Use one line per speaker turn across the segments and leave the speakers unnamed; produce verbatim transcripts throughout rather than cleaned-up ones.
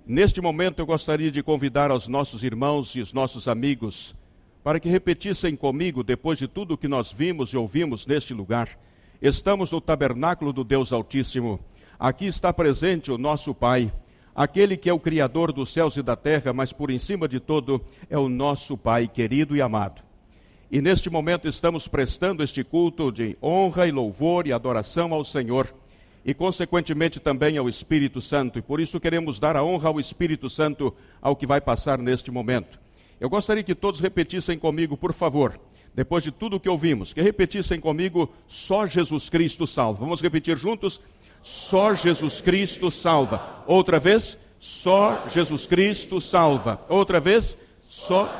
Neste momento eu gostaria de convidar aos nossos irmãos e os nossos amigos para que repetissem comigo, depois de tudo o que nós vimos e ouvimos neste lugar. Estamos no tabernáculo do Deus Altíssimo. Aqui está presente o nosso Pai, aquele que é o Criador dos céus e da terra, mas por em cima de todo é o nosso Pai querido e amado. E neste momento estamos prestando este culto de honra e louvor e adoração ao Senhor, e consequentemente também ao Espírito Santo, e por isso queremos dar a honra ao Espírito Santo ao que vai passar neste momento. Eu gostaria que todos repetissem comigo, por favor, depois de tudo o que ouvimos, que repetissem comigo, só Jesus Cristo salva. Vamos repetir juntos? Só Jesus Cristo salva. Outra vez, só Jesus Cristo salva. Outra vez, só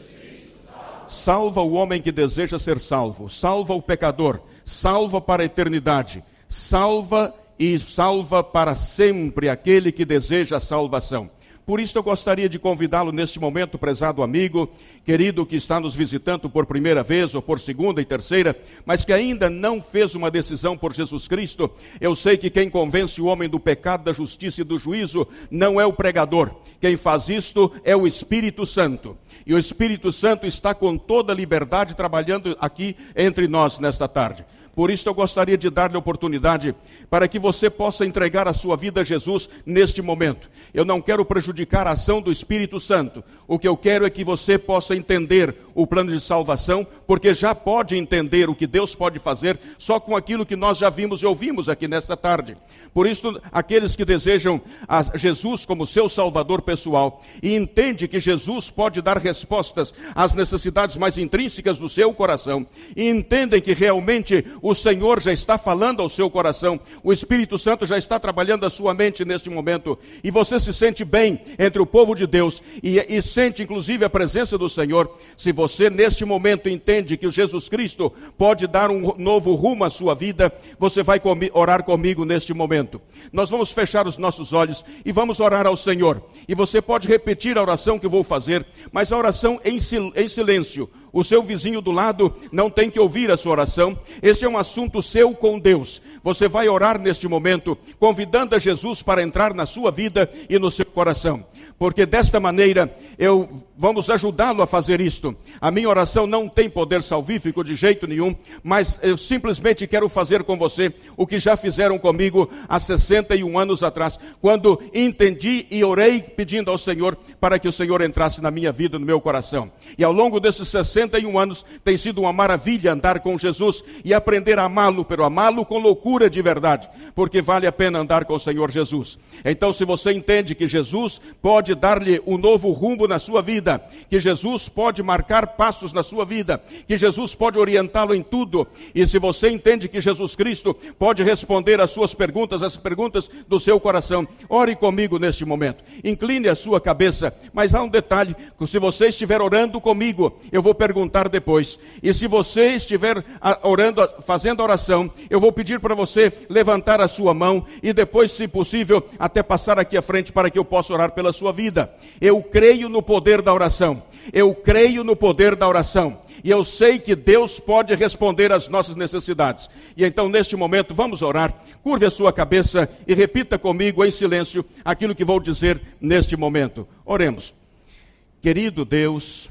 salva o homem que deseja ser salvo, salva o pecador, salva para a eternidade, salva e salva para sempre aquele que deseja a salvação. Por isso eu gostaria de convidá-lo neste momento, prezado amigo, querido que está nos visitando por primeira vez ou por segunda e terceira, mas que ainda não fez uma decisão por Jesus Cristo. Eu sei que quem convence o homem do pecado, da justiça e do juízo não é o pregador. Quem faz isto é o Espírito Santo. E o Espírito Santo está com toda a liberdade trabalhando aqui entre nós nesta tarde. Por isso eu gostaria de dar-lhe oportunidade para que você possa entregar a sua vida a Jesus neste momento. Eu não quero prejudicar a ação do Espírito Santo. O que eu quero é que você possa entender o plano de salvação, porque já pode entender o que Deus pode fazer só com aquilo que nós já vimos e ouvimos aqui nesta tarde. Por isso, aqueles que desejam a Jesus como seu Salvador pessoal e entendem que Jesus pode dar respostas às necessidades mais intrínsecas do seu coração e entendem que realmente o Senhor já está falando ao seu coração, o Espírito Santo já está trabalhando a sua mente neste momento, e você se sente bem entre o povo de Deus, e, e sente inclusive a presença do Senhor. Se você neste momento entende que o Jesus Cristo pode dar um novo rumo à sua vida, você vai comi- orar comigo neste momento. Nós vamos fechar os nossos olhos e vamos orar ao Senhor, e você pode repetir a oração que eu vou fazer, mas a oração em, sil- em silêncio. O seu vizinho do lado não tem que ouvir a sua oração. Este é um assunto seu com Deus. Você vai orar neste momento, convidando a Jesus para entrar na sua vida e no seu coração. Porque desta maneira, eu vamos ajudá-lo a fazer isto. A minha oração não tem poder salvífico de jeito nenhum, mas eu simplesmente quero fazer com você o que já fizeram comigo há sessenta e um anos atrás, quando entendi e orei pedindo ao Senhor para que o Senhor entrasse na minha vida, no meu coração. E ao longo desses sessenta e um anos, tem sido uma maravilha andar com Jesus e aprender a amá-lo, pero amá-lo com loucura de verdade, porque vale a pena andar com o Senhor Jesus. Então, se você entende que Jesus pode dar-lhe um novo rumo na sua vida, que Jesus pode marcar passos na sua vida, que Jesus pode orientá-lo em tudo, e se você entende que Jesus Cristo pode responder às suas perguntas, às perguntas do seu coração, ore comigo neste momento, incline a sua cabeça, mas há um detalhe, que se você estiver orando comigo, eu vou perguntar depois, e se você estiver orando, fazendo a oração, eu vou pedir para você levantar a sua mão, e depois, se possível, até passar aqui à frente para que eu possa orar pela sua vida. Eu creio no poder da oração, eu creio no poder da oração, e eu sei que Deus pode responder às nossas necessidades. E então, neste momento, vamos orar. Curve a sua cabeça e repita comigo em silêncio aquilo que vou dizer neste momento. Oremos. Querido Deus,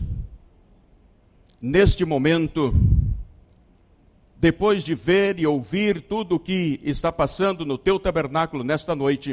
neste momento, depois de ver e ouvir tudo o que está passando no teu tabernáculo nesta noite,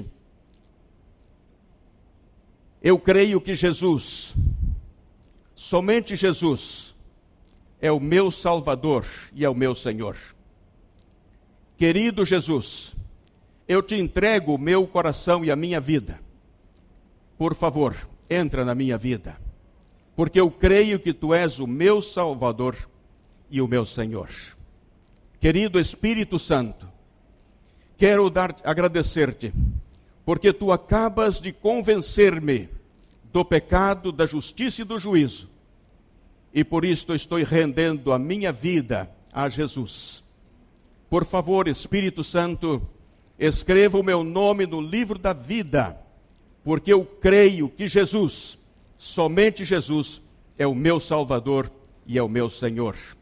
eu creio que Jesus, somente Jesus, é o meu Salvador e é o meu Senhor. Querido Jesus, eu te entrego o meu coração e a minha vida. Por favor, entra na minha vida, porque eu creio que tu és o meu Salvador e o meu Senhor. Querido Espírito Santo, quero dar, agradecer-te, porque tu acabas de convencer-me do pecado, da justiça e do juízo. E por isto estou rendendo a minha vida a Jesus. Por favor, Espírito Santo, escreva o meu nome no livro da vida, porque eu creio que Jesus, somente Jesus, é o meu Salvador e é o meu Senhor.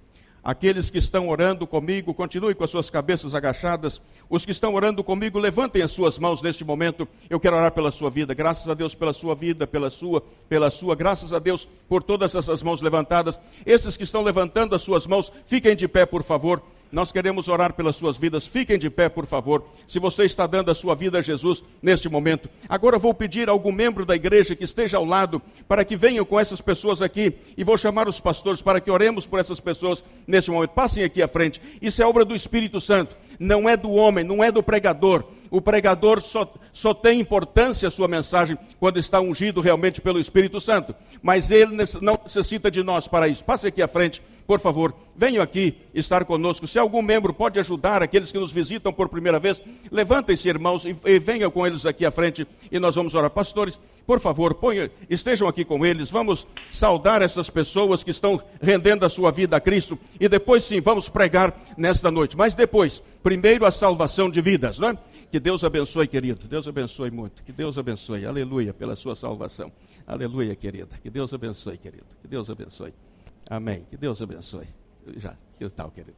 Aqueles que estão orando comigo, continue com as suas cabeças agachadas. Os que estão orando comigo, levantem as suas mãos neste momento. Eu quero orar pela sua vida. Graças a Deus pela sua vida, pela sua, pela sua. Graças a Deus por todas essas mãos levantadas. Esses que estão levantando as suas mãos, fiquem de pé, por favor. Nós queremos orar pelas suas vidas. Fiquem de pé, por favor. Se você está dando a sua vida a Jesus neste momento. Agora eu vou pedir a algum membro da igreja que esteja ao lado, para que venham com essas pessoas aqui. E vou chamar os pastores para que oremos por essas pessoas neste momento. Passem aqui à frente. Isso é obra do Espírito Santo. Não é do homem, não é do pregador. O pregador só, só tem importância a sua mensagem quando está ungido realmente pelo Espírito Santo. Mas ele não necessita de nós para isso. Passe aqui à frente, por favor. Venham aqui estar conosco. Se algum membro pode ajudar aqueles que nos visitam por primeira vez, levantem-se, irmãos, e, e venham com eles aqui à frente e nós vamos orar. Pastores, por favor, ponham, estejam aqui com eles. Vamos saudar essas pessoas que estão rendendo a sua vida a Cristo. E depois sim, vamos pregar nesta noite. Mas depois, primeiro a salvação de vidas, não é? Que Deus abençoe, querido. Deus abençoe muito. Que Deus abençoe. Aleluia, pela sua salvação. Aleluia, querida. Que Deus abençoe, querido. Que Deus abençoe. Amém. Que Deus abençoe. Já, que tal, querido?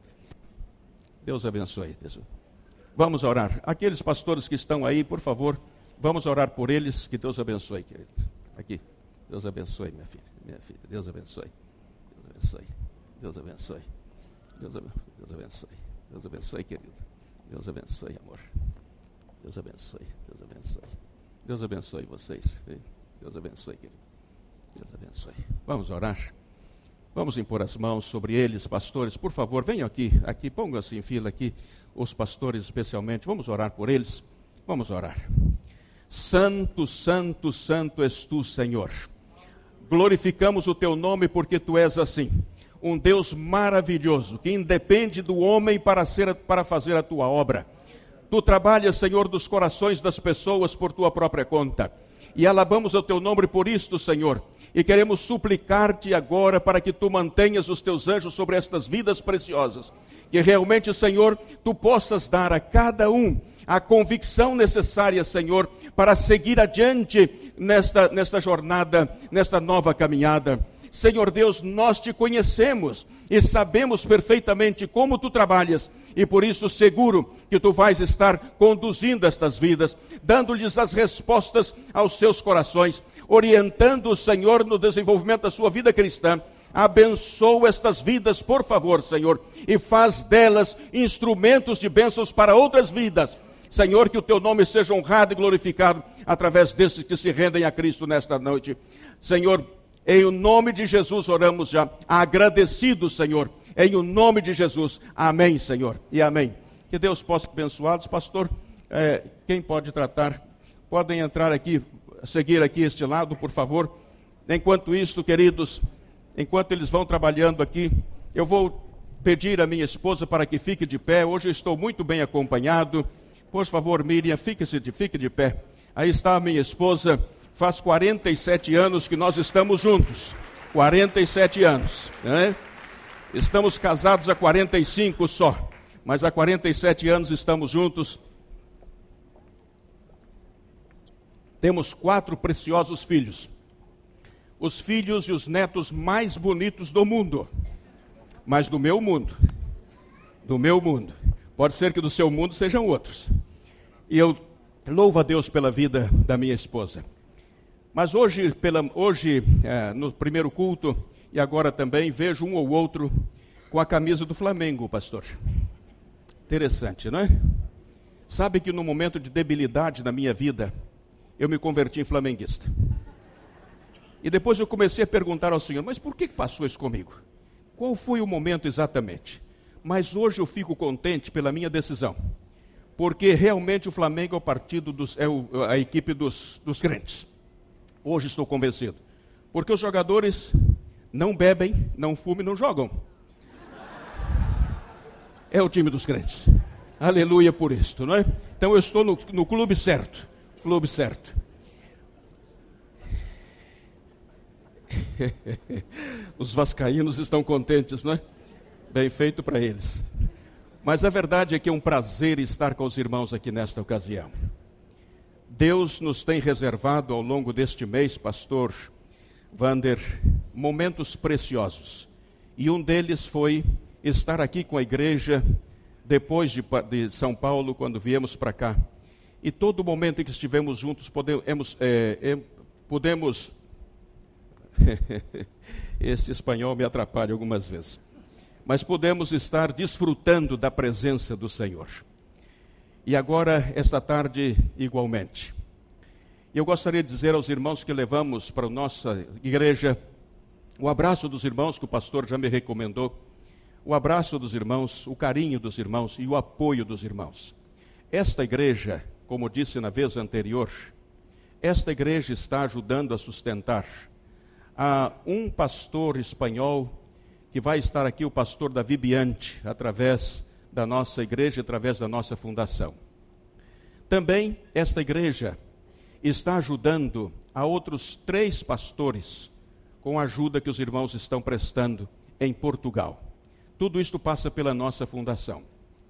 Deus abençoe. Deus. Vamos orar. Aqueles pastores que estão aí, por favor, vamos orar por eles. Que Deus abençoe, querido. Aqui. Deus abençoe, minha filha. Minha filha. Deus abençoe. Deus abençoe. Deus abençoe. Deus abençoe. Deus abençoe. Deus abençoe, querido. Deus abençoe, amor. Deus abençoe, Deus abençoe. Deus abençoe vocês. Deus abençoe, querido. Deus abençoe. Vamos orar. Vamos impor as mãos sobre eles, pastores. Por favor, venham aqui, aqui, ponham-se em fila aqui, os pastores especialmente. Vamos orar por eles. Vamos orar. Santo, santo, santo és tu, Senhor. Glorificamos o teu nome porque tu és assim. Um Deus maravilhoso, que independe do homem para, ser, para fazer a tua obra. Tu trabalhas, Senhor, dos corações das pessoas por tua própria conta. E alabamos o teu nome por isto, Senhor. E queremos suplicar-te agora para que tu mantenhas os teus anjos sobre estas vidas preciosas. Que realmente, Senhor, tu possas dar a cada um a convicção necessária, Senhor, para seguir adiante nesta, nesta jornada, nesta nova caminhada. Senhor Deus, nós te conhecemos e sabemos perfeitamente como tu trabalhas e por isso seguro que tu vais estar conduzindo estas vidas, dando-lhes as respostas aos seus corações, orientando o Senhor no desenvolvimento da sua vida cristã. Abençoa estas vidas, por favor, Senhor, e faz delas instrumentos de bênçãos para outras vidas. Senhor, que o teu nome seja honrado e glorificado através desses que se rendem a Cristo nesta noite. Senhor, em o nome de Jesus oramos já, agradecidos, Senhor, em o nome de Jesus, amém, Senhor, e amém. Que Deus possa abençoá-los, pastor, é, quem pode tratar, podem entrar aqui, seguir aqui este lado, por favor. Enquanto isso, queridos, enquanto eles vão trabalhando aqui, eu vou pedir à minha esposa para que fique de pé. Hoje eu estou muito bem acompanhado. Por favor, Miriam, fique de, fique de pé. Aí está a minha esposa. Faz quarenta e sete anos que nós estamos juntos. quarenta e sete anos. Né? Estamos casados há quarenta e cinco só. Mas há quarenta e sete anos estamos juntos. Temos quatro preciosos filhos. Os filhos e os netos mais bonitos do mundo. Mas do meu mundo. Do meu mundo. Pode ser que do seu mundo sejam outros. E eu louvo a Deus pela vida da minha esposa. Mas hoje, pela, hoje é, no primeiro culto, e agora também, vejo um ou outro com a camisa do Flamengo, pastor. Interessante, não é? Sabe que no momento de debilidade na minha vida, eu me converti em flamenguista. E depois eu comecei a perguntar ao Senhor, mas por que passou isso comigo? Qual foi o momento exatamente? Mas hoje eu fico contente pela minha decisão. Porque realmente o Flamengo é o partido dos, é o, a equipe dos, dos crentes. Hoje estou convencido. Porque os jogadores não bebem, não fumam, não jogam. É o time dos crentes. Aleluia por isto, não é? Então eu estou no, no clube certo. Clube certo. Os vascaínos estão contentes, não é? Bem feito para eles. Mas a verdade é que é um prazer estar com os irmãos aqui nesta ocasião. Deus nos tem reservado ao longo deste mês, pastor Wander, momentos preciosos. E um deles foi estar aqui com a igreja depois de, de São Paulo, quando viemos para cá. E todo momento em que estivemos juntos, podemos... É, é, podemos esse espanhol me atrapalha algumas vezes. Mas podemos estar desfrutando da presença do Senhor. E agora, esta tarde, igualmente. Eu gostaria de dizer aos irmãos que levamos para a nossa igreja o abraço dos irmãos, que o pastor já me recomendou, o abraço dos irmãos, o carinho dos irmãos e o apoio dos irmãos. Esta igreja, como disse na vez anterior, esta igreja está ajudando a sustentar a um pastor espanhol que vai estar aqui, o pastor Davi Bianchi, através da nossa igreja, através da nossa fundação. Também esta igreja está ajudando a outros três pastores com a ajuda que os irmãos estão prestando em Portugal. Tudo isto passa pela nossa fundação.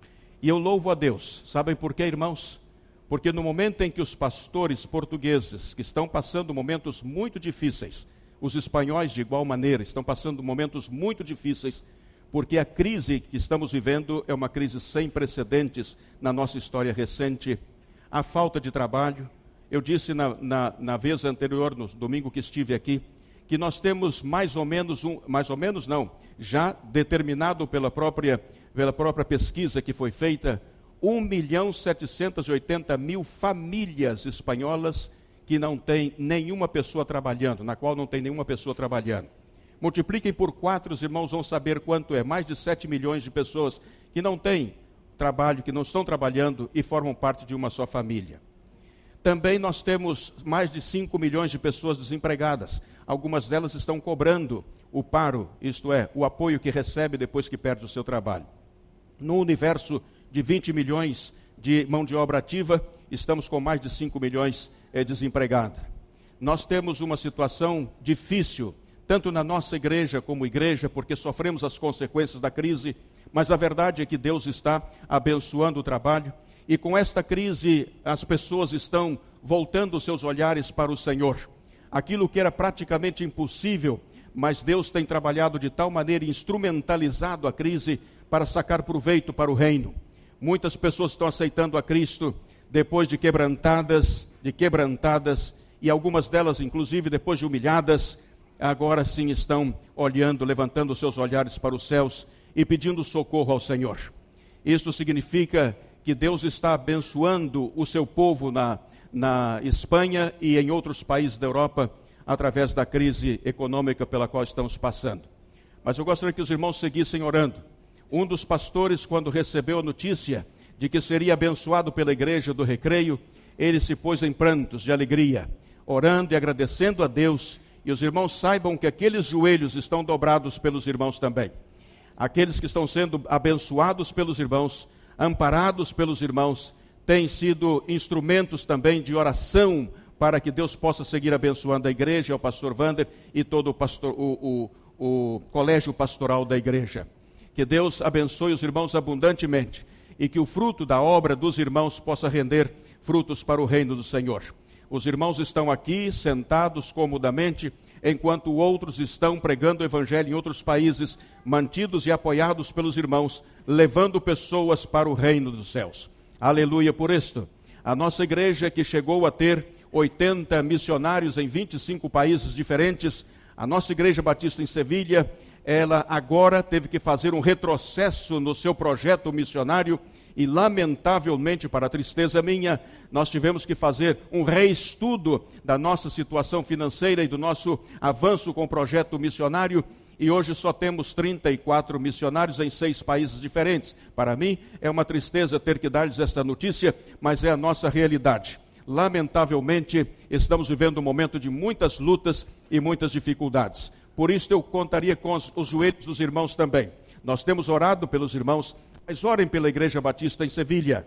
E eu louvo a Deus. Sabem por quê, irmãos? Porque no momento em que os pastores portugueses, que estão passando momentos muito difíceis, os espanhóis de igual maneira, estão passando momentos muito difíceis, porque a crise que estamos vivendo é uma crise sem precedentes na nossa história recente. A falta de trabalho. Eu disse na, na, na vez anterior, no domingo que estive aqui, que nós temos mais ou menos, um, mais ou menos não, já determinado pela própria, pela própria pesquisa que foi feita, um milhão setecentos e oitenta mil famílias espanholas que não tem nenhuma pessoa trabalhando, na qual não tem nenhuma pessoa trabalhando. Multipliquem por quatro, os irmãos vão saber quanto é, mais de sete milhões de pessoas que não têm trabalho, que não estão trabalhando e formam parte de uma só família. Também nós temos mais de cinco milhões de pessoas desempregadas. Algumas delas estão cobrando o paro, isto é, o apoio que recebe depois que perde o seu trabalho. No universo de vinte milhões de mão de obra ativa, estamos com mais de cinco milhões é, desempregados. Nós temos uma situação difícil, tanto na nossa igreja como igreja, porque sofremos as consequências da crise, mas a verdade é que Deus está abençoando o trabalho. E com esta crise, as pessoas estão voltando os seus olhares para o Senhor. Aquilo que era praticamente impossível, mas Deus tem trabalhado de tal maneira, instrumentalizado a crise para sacar proveito para o reino. Muitas pessoas estão aceitando a Cristo depois de quebrantadas, de quebrantadas, e algumas delas, inclusive, depois de humilhadas, agora sim estão olhando, levantando os seus olhares para os céus e pedindo socorro ao Senhor. Isso significa que Deus está abençoando o seu povo na, na Espanha e em outros países da Europa, através da crise econômica pela qual estamos passando. Mas eu gostaria que os irmãos seguissem orando. Um dos pastores, quando recebeu a notícia de que seria abençoado pela igreja do Recreio, ele se pôs em prantos de alegria, orando e agradecendo a Deus. E os irmãos saibam que aqueles joelhos estão dobrados pelos irmãos também. Aqueles que estão sendo abençoados pelos irmãos, amparados pelos irmãos, têm sido instrumentos também de oração para que Deus possa seguir abençoando a igreja, o pastor Wander e todo o, pastor, o, o, o colégio pastoral da igreja. Que Deus abençoe os irmãos abundantemente e que o fruto da obra dos irmãos possa render frutos para o reino do Senhor. Os irmãos estão aqui sentados comodamente, enquanto outros estão pregando o evangelho em outros países, mantidos e apoiados pelos irmãos, levando pessoas para o reino dos céus. Aleluia por isto. A nossa igreja, que chegou a ter oitenta missionários em vinte e cinco países diferentes, a nossa igreja batista em Sevilha, ela agora teve que fazer um retrocesso no seu projeto missionário e, lamentavelmente, para a tristeza minha, nós tivemos que fazer um reestudo da nossa situação financeira e do nosso avanço com o projeto missionário, e hoje só temos trinta e quatro missionários em seis países diferentes. Para mim, é uma tristeza ter que dar-lhes esta notícia, mas é a nossa realidade. Lamentavelmente, estamos vivendo um momento de muitas lutas e muitas dificuldades. Por isso eu contaria com os, os joelhos dos irmãos também. Nós temos orado pelos irmãos, mas orem pela Igreja Batista em Sevilha.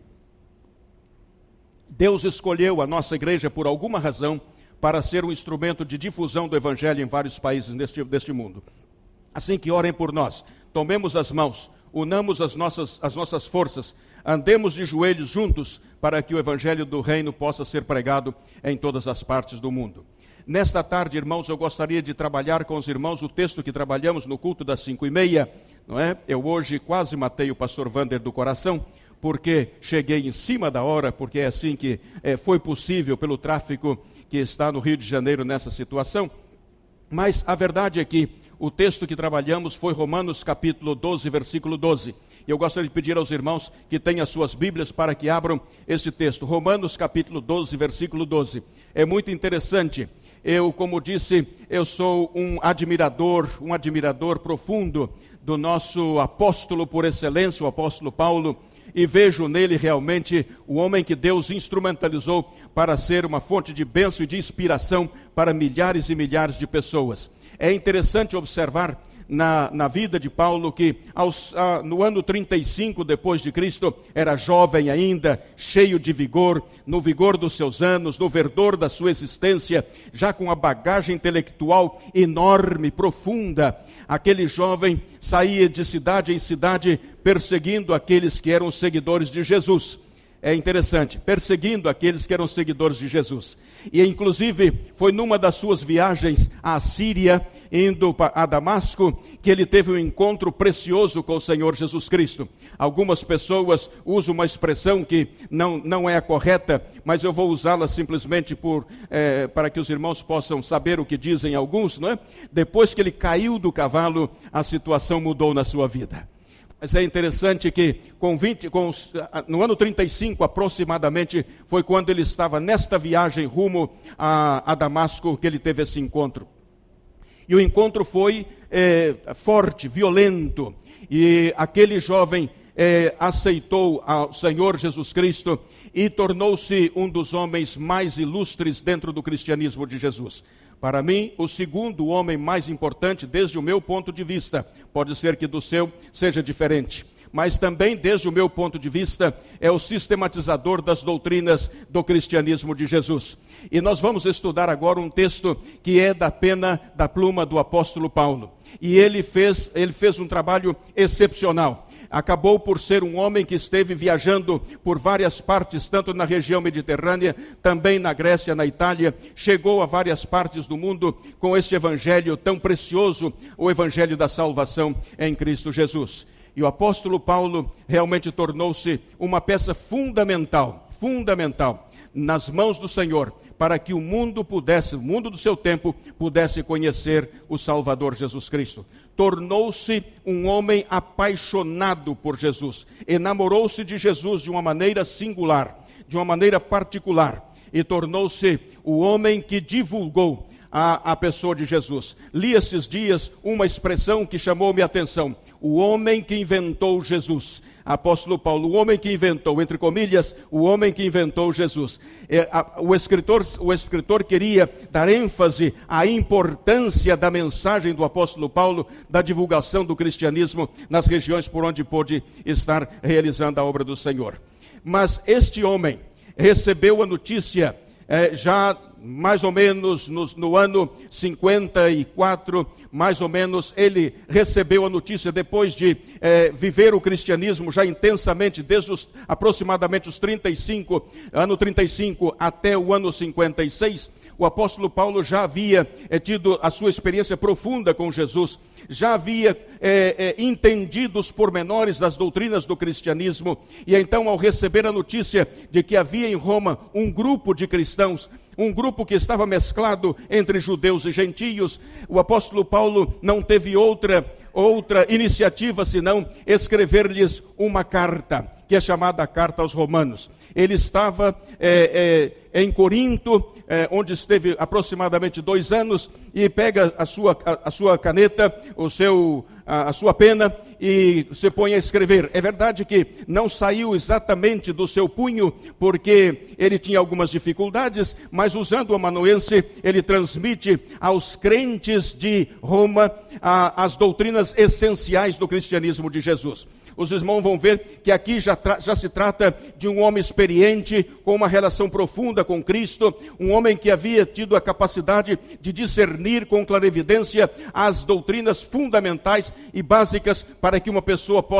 Deus escolheu a nossa igreja por alguma razão para ser um instrumento de difusão do Evangelho em vários países deste, deste mundo. Assim que orem por nós, tomemos as mãos, unamos as nossas, as nossas forças, andemos de joelhos juntos para que o Evangelho do Reino possa ser pregado em todas as partes do mundo. Nesta tarde, irmãos, eu gostaria de trabalhar com os irmãos o texto que trabalhamos no culto das cinco e meia, não é? Eu hoje quase matei o pastor Wander do coração, porque cheguei em cima da hora, porque é assim que é, foi possível pelo tráfico que está no Rio de Janeiro nessa situação. Mas a verdade é que o texto que trabalhamos foi Romanos capítulo doze, versículo doze. E eu gostaria de pedir aos irmãos que tenham as suas Bíblias para que abram esse texto. Romanos capítulo doze, versículo doze. É muito interessante. Eu, como disse, eu sou um admirador, um admirador profundo do nosso apóstolo por excelência, o apóstolo Paulo, e vejo nele realmente o homem que Deus instrumentalizou para ser uma fonte de bênção e de inspiração para milhares e milhares de pessoas. É interessante observar na, na vida de Paulo que aos, ah, no ano trinta e cinco depois de Cristo, era jovem ainda, cheio de vigor, no vigor dos seus anos, no verdor da sua existência, já com a bagagem intelectual enorme, profunda. Aquele jovem saía de cidade em cidade perseguindo aqueles que eram seguidores de Jesus. É interessante, perseguindo aqueles que eram seguidores de Jesus. E inclusive foi numa das suas viagens à Síria, indo a Damasco, que ele teve um encontro precioso com o Senhor Jesus Cristo. Algumas pessoas usam uma expressão que não, não é a correta, mas eu vou usá-la simplesmente por, é, para que os irmãos possam saber o que dizem alguns, não é? Depois que ele caiu do cavalo, a situação mudou na sua vida. Mas é interessante que com vinte, com, no ano trinta e cinco aproximadamente, foi quando ele estava nesta viagem rumo a, a Damasco que ele teve esse encontro. E o encontro foi é, forte, violento, e aquele jovem é, aceitou ao Senhor Jesus Cristo e tornou-se um dos homens mais ilustres dentro do cristianismo de Jesus. Para mim, o segundo homem mais importante, desde o meu ponto de vista, pode ser que do seu seja diferente, mas também, desde o meu ponto de vista, é o sistematizador das doutrinas do cristianismo de Jesus. E nós vamos estudar agora um texto que é da pena, da pluma do apóstolo Paulo. E ele fez, ele fez um trabalho excepcional. Acabou por ser um homem que esteve viajando por várias partes, tanto na região mediterrânea, também na Grécia, na Itália, chegou a várias partes do mundo com este evangelho tão precioso, o evangelho da salvação em Cristo Jesus. E o apóstolo Paulo realmente tornou-se uma peça fundamental, fundamental, nas mãos do Senhor, para que o mundo pudesse, o mundo do seu tempo, pudesse conhecer o Salvador Jesus Cristo. Tornou-se um homem apaixonado por Jesus, enamorou-se de Jesus de uma maneira singular, de uma maneira particular, e tornou-se o homem que divulgou a, a pessoa de Jesus. Li esses dias uma expressão que chamou minha atenção: o homem que inventou Jesus. Apóstolo Paulo, o homem que inventou, entre comilhas, o homem que inventou Jesus. É, a, o, escritor, o escritor queria dar ênfase à importância da mensagem do apóstolo Paulo, da divulgação do cristianismo nas regiões por onde pôde estar realizando a obra do Senhor. Mas este homem recebeu a notícia é, já mais ou menos no, no ano cinquenta e quatro, mais ou menos, ele recebeu a notícia depois de é, viver o cristianismo já intensamente, desde os, aproximadamente os trinta e cinco, ano trinta e cinco até o ano cinquenta e seis, o apóstolo Paulo já havia é, tido a sua experiência profunda com Jesus, já havia é, é, entendido os pormenores das doutrinas do cristianismo, e então, ao receber a notícia de que havia em Roma um grupo de cristãos, um grupo que estava mesclado entre judeus e gentios, o apóstolo Paulo não teve outra, outra iniciativa senão escrever-lhes uma carta, que é chamada a Carta aos Romanos. Ele estava é, é, em Corinto, é, onde esteve aproximadamente dois anos, e pega a sua, a, a sua caneta, o seu, a, a sua pena, e se põe a escrever. É verdade que não saiu exatamente do seu punho, porque ele tinha algumas dificuldades, mas usando o amanuense, ele transmite aos crentes de Roma a, as doutrinas essenciais do cristianismo de Jesus. Os irmãos vão ver que aqui já, tra- já se trata de um homem experiente, com uma relação profunda com Cristo, um homem que havia tido a capacidade de discernir com clarividência as doutrinas fundamentais e básicas para que uma pessoa possa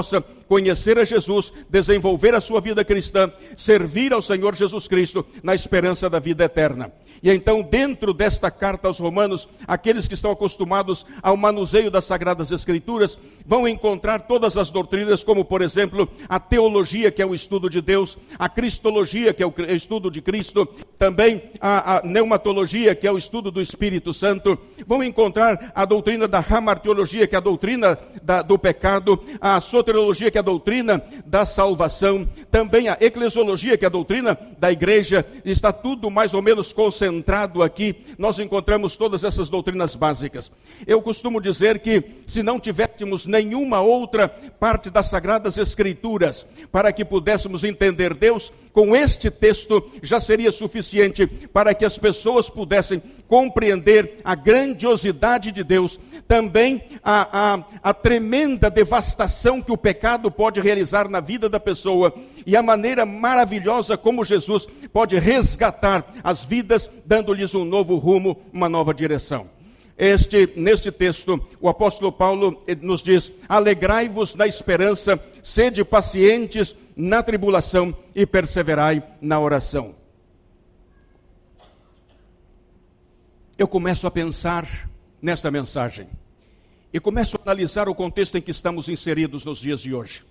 conhecer a Jesus, desenvolver a sua vida cristã, servir ao Senhor Jesus Cristo na esperança da vida eterna. E então, dentro desta carta aos Romanos, aqueles que estão acostumados ao manuseio das Sagradas Escrituras vão encontrar todas as doutrinas, como por exemplo, a teologia, que é o estudo de Deus, a cristologia, que é o estudo de Cristo, também a, a pneumatologia, que é o estudo do Espírito Santo. Vão encontrar a doutrina da hamartiologia, que é a doutrina da, do pecado, a soteriologia, que é a doutrina da salvação, também a eclesiologia, que é a doutrina da igreja. Está tudo mais ou menos concentrado aqui. Nós encontramos todas essas doutrinas básicas. Eu costumo dizer que se não tivéssemos nenhuma outra parte das Sagradas Escrituras para que pudéssemos entender Deus, com este texto já seria suficiente para que as pessoas pudessem compreender a grandiosidade de Deus, também a, a, a tremenda devastação que o pecado pode realizar na vida da pessoa e a maneira maravilhosa como Jesus pode resgatar as vidas, dando-lhes um novo rumo, uma nova direção. Este, neste texto, o apóstolo Paulo nos diz: alegrai-vos na esperança, sede pacientes na tribulação e perseverai na oração. Eu começo a pensar nesta mensagem e começo a analisar o contexto em que estamos inseridos nos dias de hoje.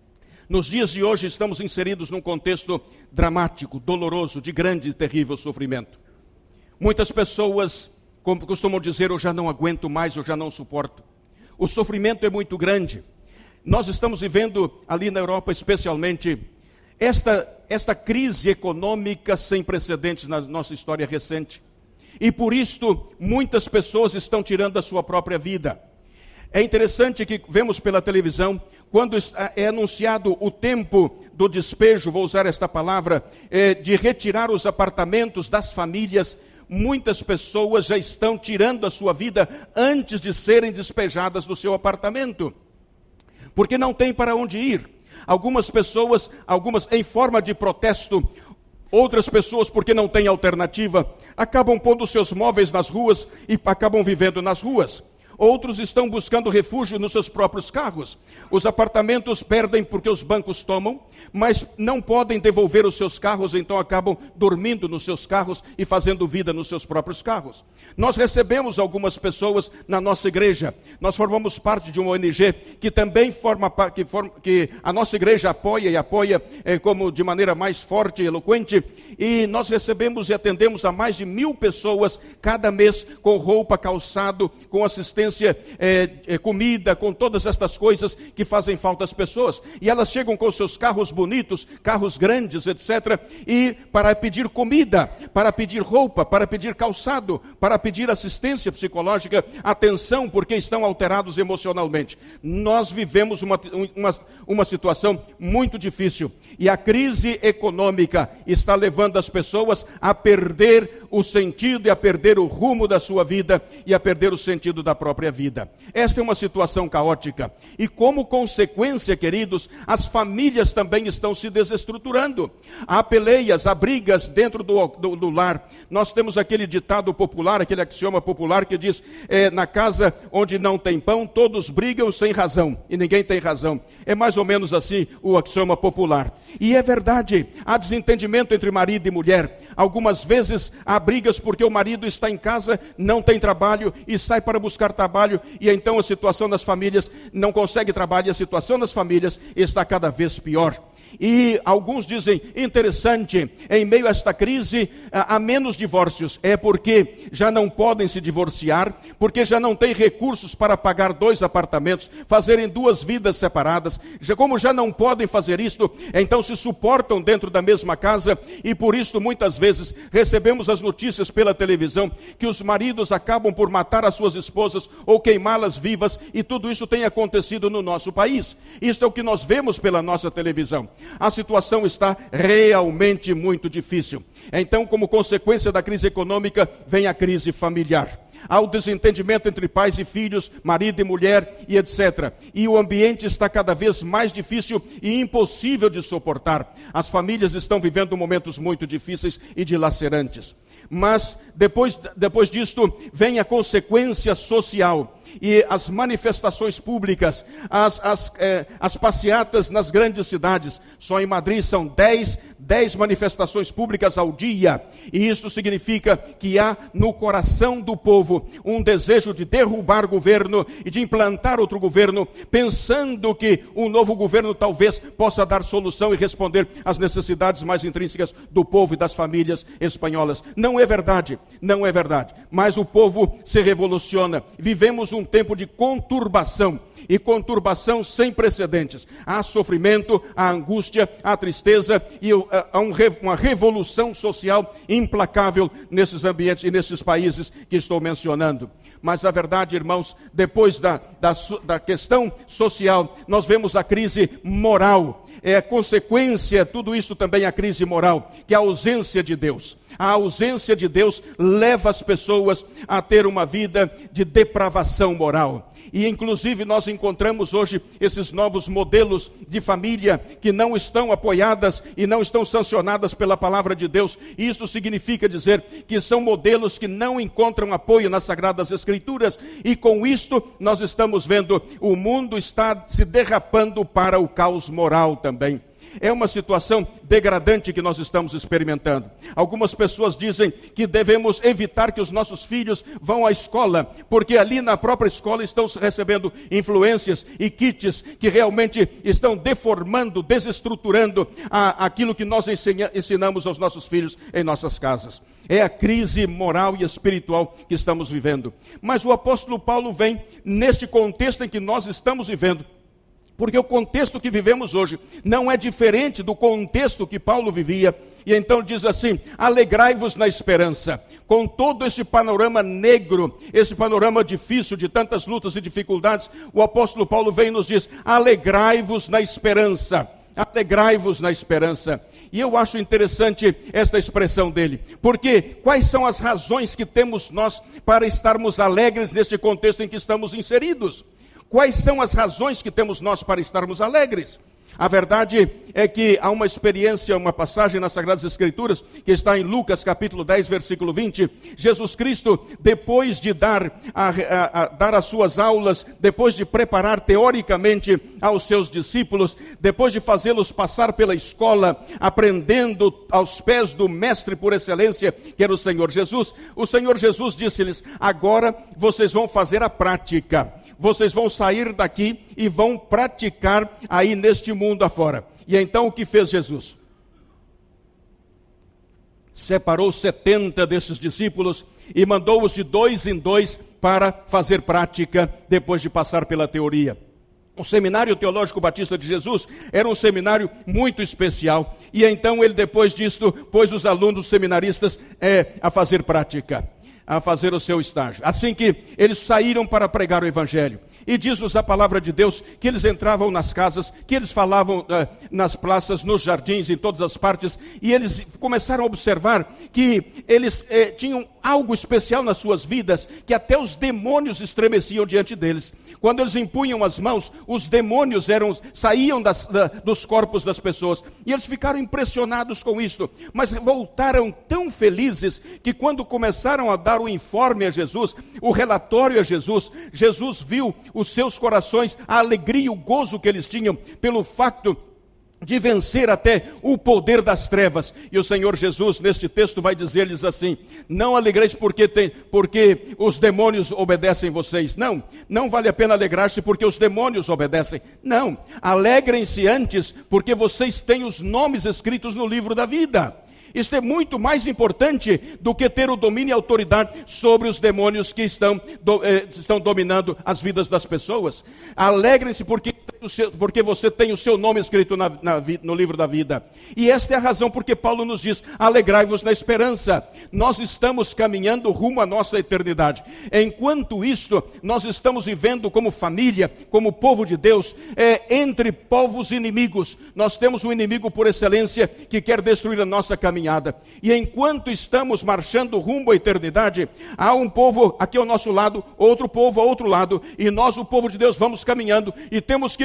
Nos dias de hoje estamos inseridos num contexto dramático, doloroso, de grande e terrível sofrimento. Muitas pessoas, como costumam dizer, eu já não aguento mais, eu já não suporto. O sofrimento é muito grande. Nós estamos vivendo ali na Europa especialmente esta, esta crise econômica sem precedentes na nossa história recente. E por isto muitas pessoas estão tirando a sua própria vida. É interessante que vemos pela televisão, quando é anunciado o tempo do despejo, vou usar esta palavra, é, de retirar os apartamentos das famílias, muitas pessoas já estão tirando a sua vida antes de serem despejadas do seu apartamento, porque não tem para onde ir. Algumas pessoas, algumas em forma de protesto, outras pessoas, porque não têm alternativa, acabam pondo seus móveis nas ruas e acabam vivendo nas ruas. Outros estão buscando refúgio nos seus próprios carros. Os apartamentos perdem porque os bancos tomam, mas não podem devolver os seus carros, então acabam dormindo nos seus carros e fazendo vida nos seus próprios carros. Nós recebemos algumas pessoas na nossa igreja. Nós formamos parte de uma O N G que também forma que, forma, que a nossa igreja apoia e apoia é, como de maneira mais forte e eloquente. E nós recebemos e atendemos a mais de mil pessoas cada mês com roupa, calçado, com assistência, É, é, comida, com todas estas coisas que fazem falta às pessoas. E elas chegam com seus carros bonitos, carros grandes, etcétera, e para pedir comida, para pedir roupa, para pedir calçado, para pedir assistência psicológica, atenção, porque estão alterados emocionalmente. Nós vivemos uma, uma, uma situação muito difícil. E a crise econômica está levando as pessoas a perder o sentido e a perder o rumo da sua vida e a perder o sentido da própria vida. Esta é uma situação caótica. E como consequência, queridos, as famílias também estão se desestruturando. Há peleias, há brigas dentro do, do, do lar. Nós temos aquele ditado popular, aquele axioma popular que diz, é, na casa onde não tem pão, todos brigam sem razão. E ninguém tem razão. É mais ou menos assim o axioma popular. E é verdade, há desentendimento entre marido e mulher. Algumas vezes há brigas porque o marido está em casa, não tem trabalho e sai para buscar trabalho, e então a situação das famílias não consegue trabalho, e a situação das famílias está cada vez pior. E alguns dizem, interessante, em meio a esta crise, há menos divórcios. É porque já não podem se divorciar, porque já não têm recursos para pagar dois apartamentos, fazerem duas vidas separadas. Já, como já não podem fazer isto, então se suportam dentro da mesma casa, e por isso muitas vezes recebemos as notícias pela televisão, que os maridos acabam por matar as suas esposas, ou queimá-las vivas, e tudo isso tem acontecido no nosso país. Isto é o que nós vemos pela nossa televisão. A situação está realmente muito difícil. Então, como consequência da crise econômica, vem a crise familiar. Há o desentendimento entre pais e filhos, marido e mulher, e etcétera. E o ambiente está cada vez mais difícil e impossível de suportar. As famílias estão vivendo momentos muito difíceis e dilacerantes. Mas Depois, depois disto, vem a consequência social e as manifestações públicas, as, as, eh, as passeatas nas grandes cidades. Só em Madrid são dez, dez manifestações públicas ao dia, e isso significa que há no coração do povo um desejo de derrubar o governo e de implantar outro governo, pensando que um novo governo talvez possa dar solução e responder às necessidades mais intrínsecas do povo e das famílias espanholas. Não é verdade, não é verdade, mas o povo se revoluciona. Vivemos um tempo de conturbação, e conturbação sem precedentes. Há sofrimento, há angústia, há tristeza, e há uma revolução social implacável nesses ambientes e nesses países que estou mencionando. Mas a verdade, irmãos, depois da, da, da questão social, nós vemos a crise moral. É consequência, tudo isso também a crise moral, que é a ausência de Deus. A ausência de Deus leva as pessoas a ter uma vida de depravação moral. E inclusive nós encontramos hoje esses novos modelos de família que não estão apoiadas e não estão sancionadas pela palavra de Deus. Isso significa dizer que são modelos que não encontram apoio nas Sagradas Escrituras, e com isto nós estamos vendo o mundo está se derrapando para o caos moral também. É uma situação degradante que nós estamos experimentando. Algumas pessoas dizem que devemos evitar que os nossos filhos vão à escola, porque ali na própria escola estão recebendo influências e kits que realmente estão deformando, desestruturando a, aquilo que nós ensina, ensinamos aos nossos filhos em nossas casas. É a crise moral e espiritual que estamos vivendo. Mas o apóstolo Paulo vem neste contexto em que nós estamos vivendo, porque o contexto que vivemos hoje não é diferente do contexto que Paulo vivia. E então diz assim: alegrai-vos na esperança. Com todo esse panorama negro, esse panorama difícil de tantas lutas e dificuldades, o apóstolo Paulo vem e nos diz: alegrai-vos na esperança. Alegrai-vos na esperança. E eu acho interessante esta expressão dele, porque quais são as razões que temos nós para estarmos alegres neste contexto em que estamos inseridos? Quais são as razões que temos nós para estarmos alegres? A verdade é que há uma experiência, uma passagem nas Sagradas Escrituras, que está em Lucas capítulo dez, versículo vinte. Jesus Cristo, depois de dar, a, a, a, dar as suas aulas, depois de preparar teoricamente aos seus discípulos, depois de fazê-los passar pela escola, aprendendo aos pés do mestre por excelência, que era o Senhor Jesus, o Senhor Jesus disse-lhes: agora vocês vão fazer a prática. Vocês vão sair daqui e vão praticar aí neste mundo afora. E então o que fez Jesus? Separou setenta desses discípulos e mandou-os de dois em dois para fazer prática depois de passar pela teoria. O Seminário Teológico Batista de Jesus era um seminário muito especial. E então ele, depois disto, pôs os alunos seminaristas é, a fazer prática, a fazer o seu estágio. Assim que eles saíram para pregar o Evangelho. E diz-nos a palavra de Deus que eles entravam nas casas, que eles falavam uh, nas praças, nos jardins, em todas as partes, e eles começaram a observar que eles eh, tinham algo especial nas suas vidas, que até os demônios estremeciam diante deles. Quando eles impunham as mãos, os demônios eram, saíam das, da, dos corpos das pessoas, e eles ficaram impressionados com isto, mas voltaram tão felizes, que quando começaram a dar o informe a Jesus, o relatório a Jesus, Jesus viu os seus corações, a alegria e o gozo que eles tinham, pelo facto de vencer até o poder das trevas. E o Senhor Jesus, neste texto, vai dizer-lhes assim: não alegreis porque, tem, porque os demônios obedecem vocês. Não, não vale a pena alegrar-se porque os demônios obedecem. Não, alegrem-se antes porque vocês têm os nomes escritos no livro da vida. Isto é muito mais importante do que ter o domínio e autoridade sobre os demônios que estão, do, eh, estão dominando as vidas das pessoas. Alegrem-se porque, porque você tem o seu nome escrito na, na, no livro da vida. E esta é a razão porque Paulo nos diz: alegrai-vos na esperança. Nós estamos caminhando rumo à nossa eternidade. Enquanto isto, nós estamos vivendo como família, como povo de Deus, eh, entre povos inimigos. Nós temos um inimigo por excelência que quer destruir a nossa caminhada. E enquanto estamos marchando rumo à eternidade, há um povo aqui ao nosso lado, outro povo ao outro lado, e nós, o povo de Deus, vamos caminhando, e temos que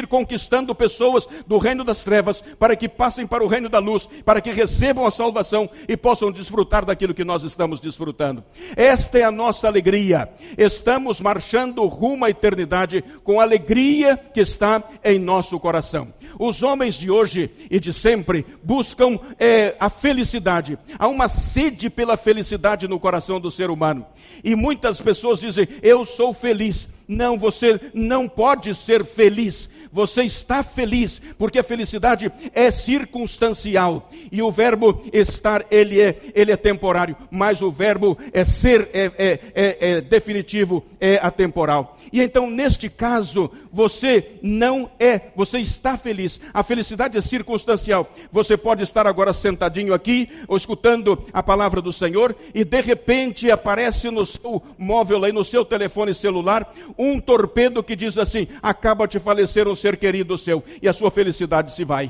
ir conquistando pessoas do reino das trevas, para que passem para o reino da luz, para que recebam a salvação e possam desfrutar daquilo que nós estamos desfrutando. Esta é a nossa alegria. Estamos marchando rumo à eternidade com a alegria que está em nosso coração. Os homens de hoje e de sempre buscam é, a felicidade. Há uma sede pela felicidade no coração do ser humano. E muitas pessoas dizem, eu sou feliz. Não, você não pode ser feliz. Você está feliz, porque a felicidade é circunstancial. E o verbo estar, ele é, ele é temporário. Mas o verbo é ser, é, é, é, é definitivo, é atemporal. E então, neste caso, você não é, você está feliz. A felicidade é circunstancial. Você pode estar agora sentadinho aqui, ou escutando a palavra do Senhor, e de repente aparece no seu móvel, aí, no seu telefone celular, um torpedo que diz assim, acaba de falecer um ser querido seu, e a sua felicidade se vai.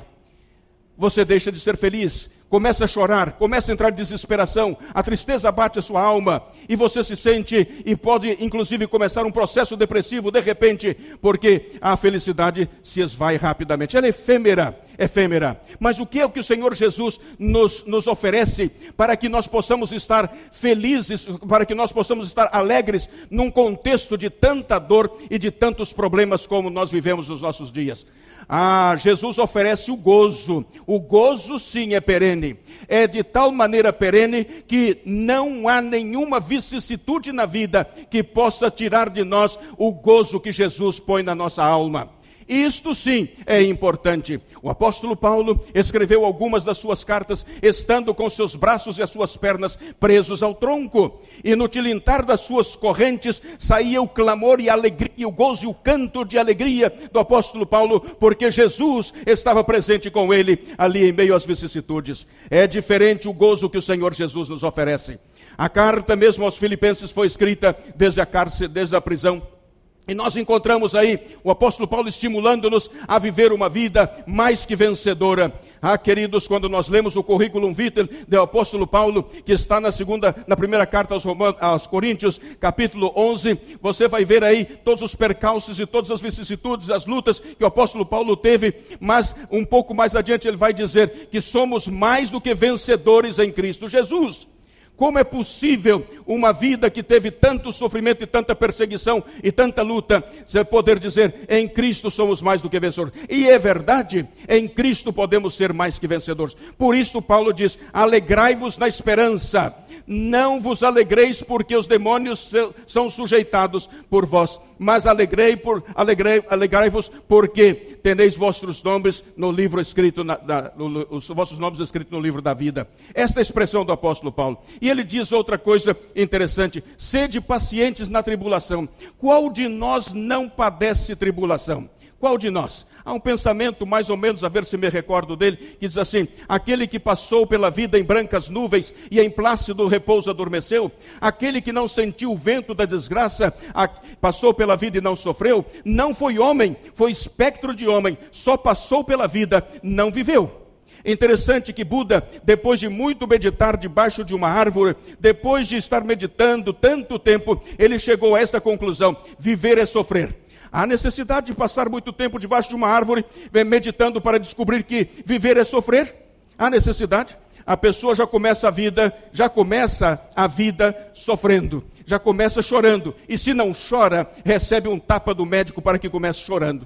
Você deixa de ser feliz, começa a chorar, começa a entrar em desesperação, a tristeza bate a sua alma, e você se sente, e pode inclusive começar um processo depressivo de repente, porque a felicidade se esvai rapidamente. Ela é efêmera, efêmera. Mas o que é o que o Senhor Jesus nos, nos oferece para que nós possamos estar felizes, para que nós possamos estar alegres num contexto de tanta dor e de tantos problemas como nós vivemos nos nossos dias? Ah, Jesus oferece o gozo. O gozo sim é perene. É de tal maneira perene que não há nenhuma vicissitude na vida que possa tirar de nós o gozo que Jesus põe na nossa alma. Isto sim é importante. O apóstolo Paulo escreveu algumas das suas cartas estando com seus braços e as suas pernas presos ao tronco. E no tilintar das suas correntes saía o clamor e a alegria, o gozo e o canto de alegria do apóstolo Paulo, porque Jesus estava presente com ele ali em meio às vicissitudes. É diferente o gozo que o Senhor Jesus nos oferece. A carta mesmo aos Filipenses foi escrita desde a cárcere, desde a prisão. E nós encontramos aí o apóstolo Paulo estimulando-nos a viver uma vida mais que vencedora. Ah, queridos, quando nós lemos o currículo vitae do apóstolo Paulo, que está na segunda, na primeira carta aos, Romanos, aos Coríntios, capítulo onze, você vai ver aí todos os percalços e todas as vicissitudes, as lutas que o apóstolo Paulo teve, mas um pouco mais adiante ele vai dizer que somos mais do que vencedores em Cristo Jesus. Como é possível uma vida que teve tanto sofrimento e tanta perseguição e tanta luta, você poder dizer, em Cristo somos mais do que vencedores? E é verdade, em Cristo podemos ser mais que vencedores. Por isso Paulo diz, alegrai-vos na esperança, não vos alegreis porque os demônios são sujeitados por vós, mas alegrei por, alegrei, alegrai-vos porque teneis vossos nomes no livro escrito, na, na, no, os vossos nomes escritos no livro da vida. Esta é a expressão do apóstolo Paulo. E ele diz outra coisa interessante, sede pacientes na tribulação. Qual de nós não padece tribulação? Qual de nós? Há um pensamento mais ou menos, a ver se me recordo dele, que diz assim, aquele que passou pela vida em brancas nuvens e em plácido repouso adormeceu, aquele que não sentiu o vento da desgraça, a, passou pela vida e não sofreu, não foi homem, foi espectro de homem, só passou pela vida, não viveu. Interessante que Buda, depois de muito meditar debaixo de uma árvore, depois de estar meditando tanto tempo, ele chegou a esta conclusão, viver é sofrer. Há necessidade de passar muito tempo debaixo de uma árvore, meditando para descobrir que viver é sofrer? Há necessidade? A pessoa já começa a vida, já começa a vida sofrendo, já começa chorando, e se não chora, recebe um tapa do médico para que comece chorando.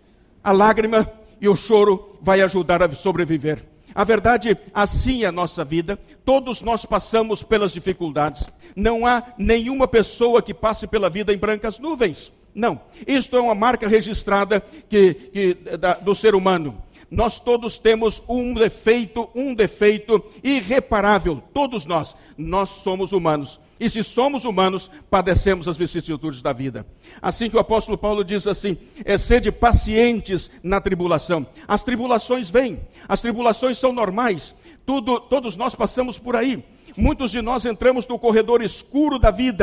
A lágrima e o choro vai ajudar a sobreviver. A verdade, assim é a nossa vida, todos nós passamos pelas dificuldades. Não há nenhuma pessoa que passe pela vida em brancas nuvens. Não, isto é uma marca registrada que, que, da, do ser humano. Nós todos temos um defeito, um defeito irreparável, todos nós, nós somos humanos. E se somos humanos, padecemos as vicissitudes da vida. Assim que o apóstolo Paulo diz assim, é sede pacientes na tribulação. As tribulações vêm, as tribulações são normais, Tudo, todos nós passamos por aí. Muitos de nós entramos no corredor escuro da vida.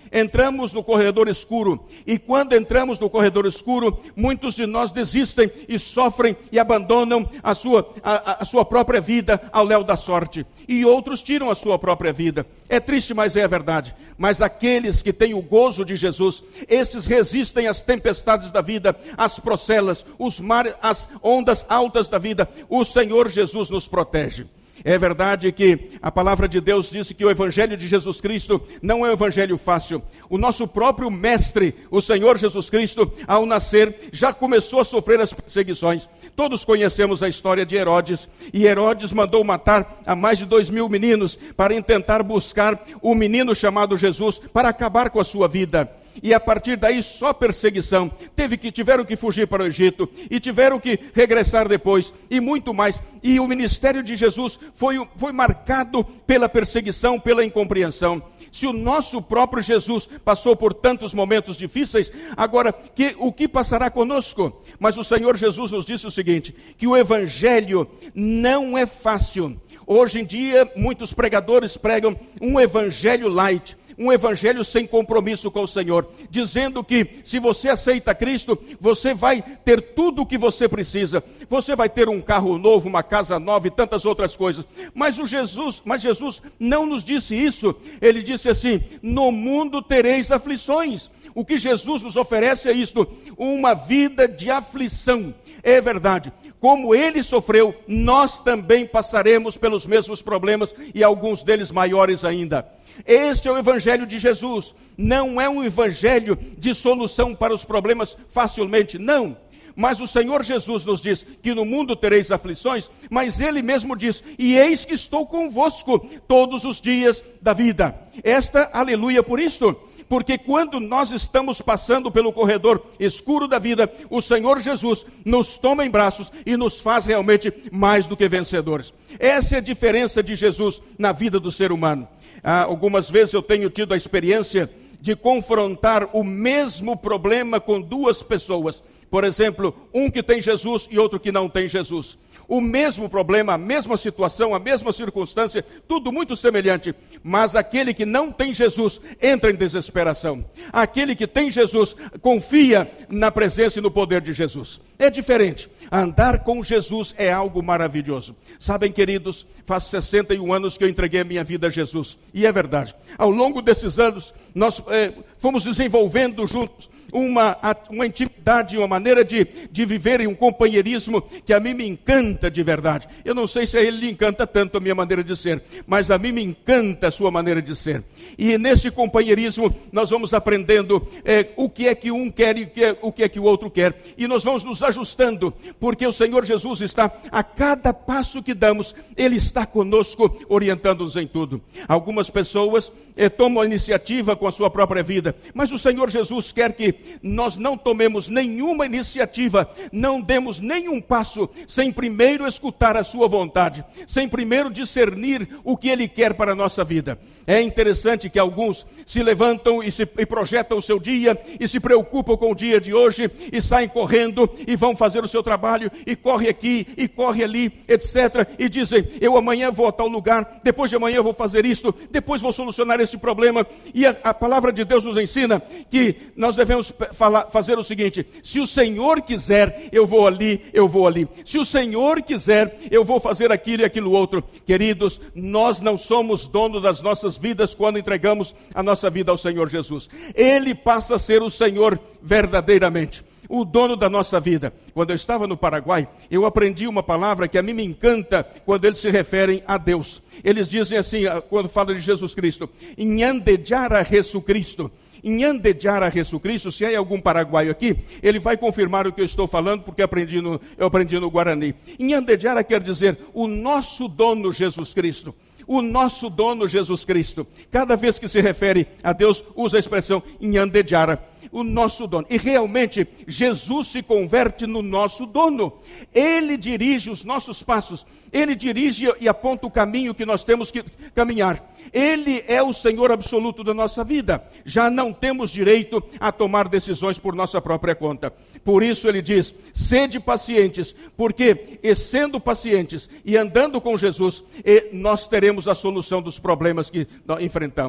Entramos no corredor escuro, e quando entramos no corredor escuro, muitos de nós desistem e sofrem e abandonam a sua, a, a sua própria vida ao léu da sorte. E outros tiram a sua própria vida. É triste, mas é a verdade. Mas aqueles que têm o gozo de Jesus, esses resistem às tempestades da vida, às procelas, os mares, às ondas altas da vida. O Senhor Jesus nos protege. É verdade que a palavra de Deus disse que o evangelho de Jesus Cristo não é um evangelho fácil. O nosso próprio mestre, o Senhor Jesus Cristo, ao nascer, já começou a sofrer as perseguições. Todos conhecemos a história de Herodes, e Herodes mandou matar a mais de dois mil meninos para tentar buscar o menino chamado Jesus para acabar com a sua vida. E a partir daí só perseguição. Teve que, tiveram que fugir para o Egito, e tiveram que regressar depois, e muito mais. E o ministério de Jesus foi, foi marcado pela perseguição, pela incompreensão. Se o nosso próprio Jesus passou por tantos momentos difíceis, agora, que, o que passará conosco? Mas o Senhor Jesus nos disse o seguinte, que o evangelho não é fácil. Hoje em dia, muitos pregadores pregam um evangelho light, um evangelho sem compromisso com o Senhor, dizendo que se você aceita Cristo, você vai ter tudo o que você precisa. Você vai ter um carro novo, uma casa nova e tantas outras coisas. Mas o Jesus, mas Jesus não nos disse isso. Ele disse assim, no mundo tereis aflições. O que Jesus nos oferece é isto, uma vida de aflição. É verdade. Como ele sofreu, nós também passaremos pelos mesmos problemas, e alguns deles maiores ainda. Este é o evangelho de Jesus. Não é um evangelho de solução para os problemas facilmente, não. Mas o Senhor Jesus nos diz que no mundo tereis aflições, mas ele mesmo diz, e eis que estou convosco todos os dias da vida. Esta, aleluia por isso. Porque quando nós estamos passando pelo corredor escuro da vida, o Senhor Jesus nos toma em braços e nos faz realmente mais do que vencedores. Essa é a diferença de Jesus na vida do ser humano. Ah, algumas vezes eu tenho tido a experiência de confrontar o mesmo problema com duas pessoas. Por exemplo, um que tem Jesus e outro que não tem Jesus. O mesmo problema, a mesma situação, a mesma circunstância, tudo muito semelhante. Mas aquele que não tem Jesus entra em desesperação. Aquele que tem Jesus confia na presença e no poder de Jesus. É diferente. Andar com Jesus é algo maravilhoso. Sabem, queridos, faz sessenta e um anos que eu entreguei a minha vida a Jesus. E é verdade. Ao longo desses anos, nós eh, fomos desenvolvendo juntos uma, uma intimidade, uma maneira de, de viver e um companheirismo que a mim me encanta de verdade. Eu não sei se a ele lhe encanta tanto a minha maneira de ser, mas a mim me encanta a sua maneira de ser. E nesse companheirismo nós vamos aprendendo é, o que é que um quer e o que é, o que é que o outro quer. E nós vamos nos ajustando, porque o Senhor Jesus está, a cada passo que damos, Ele está conosco, orientando-nos em tudo. Algumas pessoas é, tomam a iniciativa com a sua própria vida, mas o Senhor Jesus quer que nós não tomemos nenhuma iniciativa, não demos nenhum passo, sem primeiro escutar a sua vontade, sem primeiro discernir o que Ele quer para a nossa vida. É interessante que alguns se levantam e, se, e projetam o seu dia, e se preocupam com o dia de hoje, e saem correndo, e vão fazer o seu trabalho, e corre aqui, e corre ali, etcétera, e dizem, eu amanhã vou a tal lugar, depois de amanhã vou fazer isto, depois vou solucionar esse problema, e a, a palavra de Deus nos ensina que nós devemos falar, fazer o seguinte, se o Senhor quiser, eu vou ali, eu vou ali, se o Senhor quiser, eu vou fazer aquilo e aquilo outro. Queridos, nós não somos dono das nossas vidas quando entregamos a nossa vida ao Senhor Jesus. Ele passa a ser o Senhor verdadeiramente, o dono da nossa vida. Quando eu estava no Paraguai, eu aprendi uma palavra que a mim me encanta quando eles se referem a Deus. Eles dizem assim, quando falam de Jesus Cristo, Inhandejara Jesu Cristo. Inhandejara Jesu Cristo, se há algum paraguaio aqui, ele vai confirmar o que eu estou falando, porque aprendi no, eu aprendi no Guarani. Inhandejara quer dizer o nosso dono Jesus Cristo. O nosso dono Jesus Cristo. Cada vez que se refere a Deus, usa a expressão Inhandejara. O nosso dono. E realmente, Jesus se converte no nosso dono. Ele dirige os nossos passos. Ele dirige e aponta o caminho que nós temos que caminhar. Ele é o Senhor absoluto da nossa vida. Já não temos direito a tomar decisões por nossa própria conta. Por isso ele diz, sede pacientes, porque e sendo pacientes e andando com Jesus, e nós teremos a solução dos problemas que nós enfrentamos.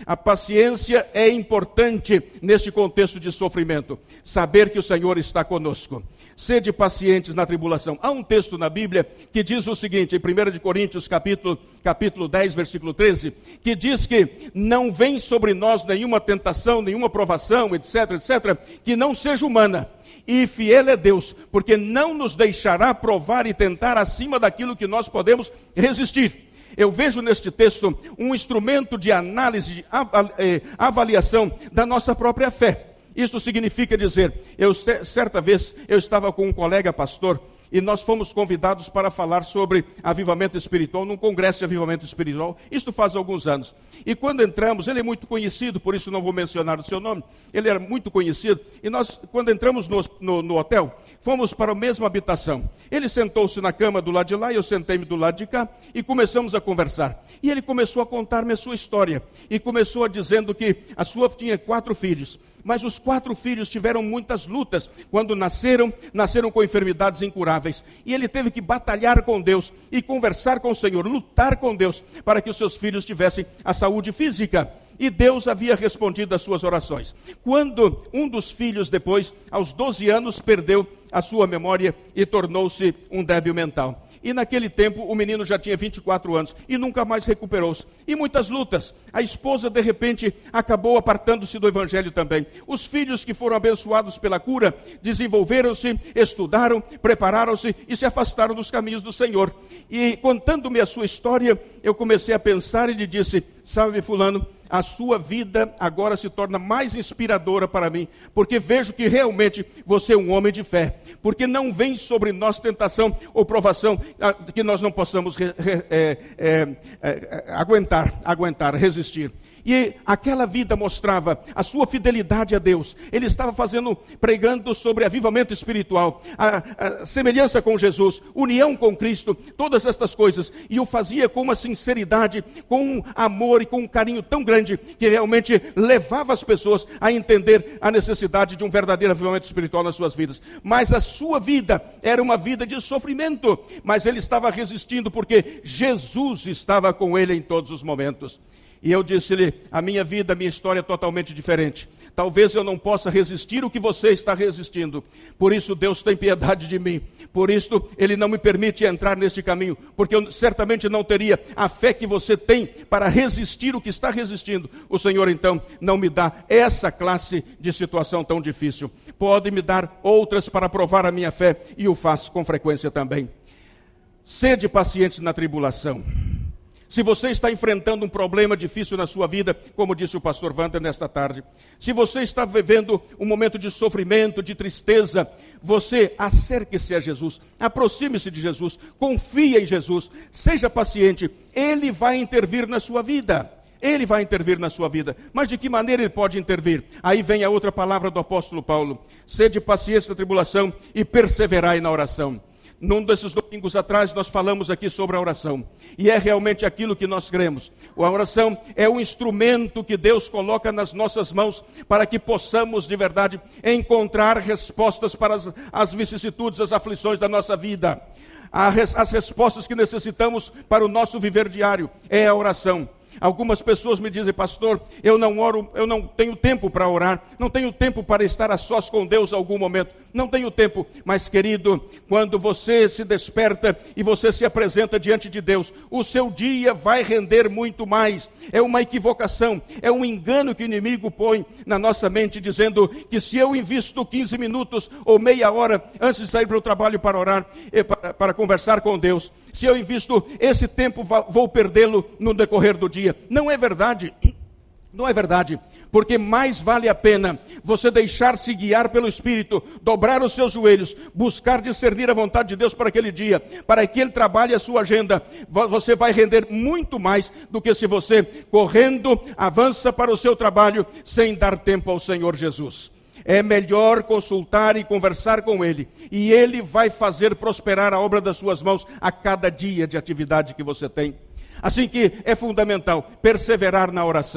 A paciência é importante neste contexto de sofrimento. Saber que o Senhor está conosco. Sede pacientes na tribulação. Há um texto na Bíblia que diz o seguinte, em primeira de Coríntios, capítulo, capítulo dez, versículo treze, que diz que não vem sobre nós nenhuma tentação, nenhuma provação, etc, etc, que não seja humana. E fiel é Deus, porque não nos deixará provar e tentar acima daquilo que nós podemos resistir. Eu vejo neste texto um instrumento de análise, de avaliação da nossa própria fé. Isso significa dizer, eu certa vez eu estava com um colega pastor e nós fomos convidados para falar sobre avivamento espiritual num congresso de avivamento espiritual. Isto faz alguns anos. E quando entramos, ele é muito conhecido, por isso não vou mencionar o seu nome, ele era muito conhecido, e nós, quando entramos no, no, no hotel, fomos para a mesma habitação. Ele sentou-se na cama do lado de lá, e eu sentei-me do lado de cá, e começamos a conversar. E ele começou a contar-me a sua história, e começou a dizendo que a sua tinha quatro filhos, mas os quatro filhos tiveram muitas lutas. Quando nasceram, nasceram com enfermidades incuráveis. E ele teve que batalhar com Deus e conversar com o Senhor, lutar com Deus, para que os seus filhos tivessem a saúde física. E Deus havia respondido às suas orações. Quando um dos filhos depois, aos doze anos, perdeu a sua memória e tornou-se um débil mental. E naquele tempo o menino já tinha vinte e quatro anos e nunca mais recuperou-se. E muitas lutas. A esposa de repente acabou apartando-se do evangelho também. Os filhos que foram abençoados pela cura desenvolveram-se, estudaram, prepararam-se e se afastaram dos caminhos do Senhor. E contando-me a sua história, eu comecei a pensar e lhe disse, sabe fulano, a sua vida agora se torna mais inspiradora para mim, porque vejo que realmente você é um homem de fé, porque não vem sobre nós tentação ou provação que nós não possamos re, re, é, é, é, aguentar, aguentar, resistir. E aquela vida mostrava a sua fidelidade a Deus. Ele estava fazendo, pregando sobre avivamento espiritual, a, a semelhança com Jesus, união com Cristo, todas estas coisas. E o fazia com uma sinceridade, com um amor e com um carinho tão grande, que realmente levava as pessoas a entender a necessidade de um verdadeiro avivamento espiritual nas suas vidas. Mas a sua vida era uma vida de sofrimento, mas ele estava resistindo porque Jesus estava com ele em todos os momentos. E eu disse-lhe, a minha vida, a minha história é totalmente diferente. Talvez eu não possa resistir o que você está resistindo. Por isso Deus tem piedade de mim. Por isso Ele não me permite entrar nesse caminho. Porque eu certamente não teria a fé que você tem para resistir o que está resistindo. O Senhor então não me dá essa classe de situação tão difícil. Pode me dar outras para provar a minha fé. E o faz com frequência também. Sede pacientes na tribulação. Se você está enfrentando um problema difícil na sua vida, como disse o pastor Wander nesta tarde, se você está vivendo um momento de sofrimento, de tristeza, você acerque-se a Jesus, aproxime-se de Jesus, confie em Jesus, seja paciente, Ele vai intervir na sua vida. Ele vai intervir na sua vida. Mas de que maneira Ele pode intervir? Aí vem a outra palavra do apóstolo Paulo. Sede pacientes na tribulação e perseverai na oração. Num desses domingos atrás nós falamos aqui sobre a oração. E é realmente aquilo que nós cremos. A oração é um instrumento que Deus coloca nas nossas mãos para que possamos de verdade encontrar respostas para as, as vicissitudes, as aflições da nossa vida. As respostas que necessitamos para o nosso viver diário é a oração. Algumas pessoas me dizem, pastor, eu não oro, eu não tenho tempo para orar, não tenho tempo para estar a sós com Deus em algum momento, não tenho tempo. Mas querido, quando você se desperta e você se apresenta diante de Deus, o seu dia vai render muito mais. É uma equivocação, é um engano que o inimigo põe na nossa mente, dizendo que se eu invisto quinze minutos ou meia hora antes de sair para o trabalho para orar, para, para conversar com Deus, se eu invisto esse tempo, vou perdê-lo no decorrer do dia. Não é verdade. Não é verdade. Porque mais vale a pena você deixar-se guiar pelo Espírito, dobrar os seus joelhos, buscar discernir a vontade de Deus para aquele dia, para que Ele trabalhe a sua agenda. Você vai render muito mais do que se você, correndo, avança para o seu trabalho sem dar tempo ao Senhor Jesus. É melhor consultar e conversar com Ele. E Ele vai fazer prosperar a obra das suas mãos a cada dia de atividade que você tem. Assim que é fundamental perseverar na oração.